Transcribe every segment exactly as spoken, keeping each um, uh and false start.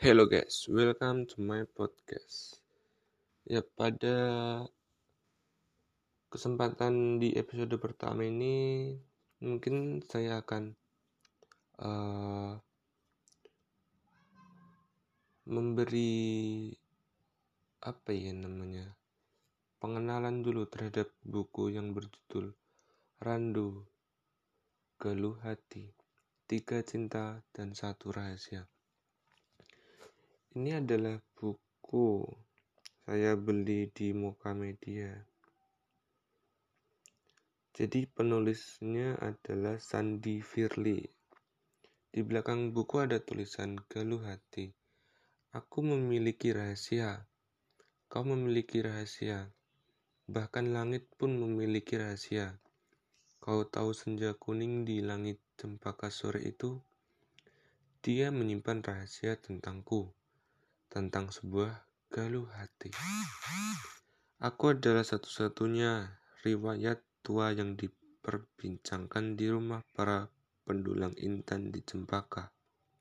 Hello guys, welcome to my podcast. Ya, pada kesempatan di episode pertama ini mungkin saya akan uh, memberi apa ya namanya pengenalan dulu terhadap buku yang berjudul Randu, Geluh Hati, Tiga Cinta dan Satu Rahasia. Ini adalah buku saya beli di Mokamedia. Jadi penulisnya adalah Sandy Firly. Di belakang buku ada tulisan Geluh Hati. Aku memiliki rahasia. Kau memiliki rahasia. Bahkan langit pun memiliki rahasia. Kau tahu senja kuning di langit cempaka sore itu? Dia menyimpan rahasia tentangku. Tentang sebuah geluh hati. Aku adalah satu-satunya riwayat tua yang diperbincangkan di rumah para pendulang intan di Cempaka.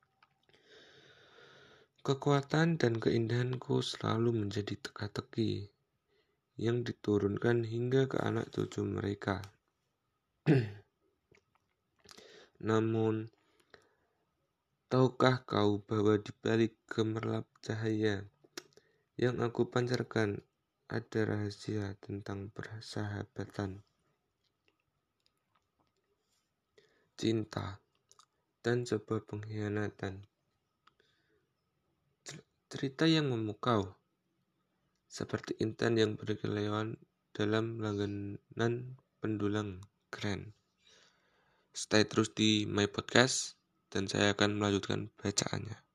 Kekuatan dan keindahanku selalu menjadi teka-teki yang diturunkan hingga ke anak cucu mereka. Namun, tahukah kau bahwa di balik gemerlap cahaya yang aku pancarkan ada rahasia tentang persahabatan, cinta, dan sebuah pengkhianatan. Cerita yang memukau, seperti intan yang berkelewatan dalam langganan pendulang keren. Stay terus di My Podcast, dan saya akan melanjutkan bacaannya.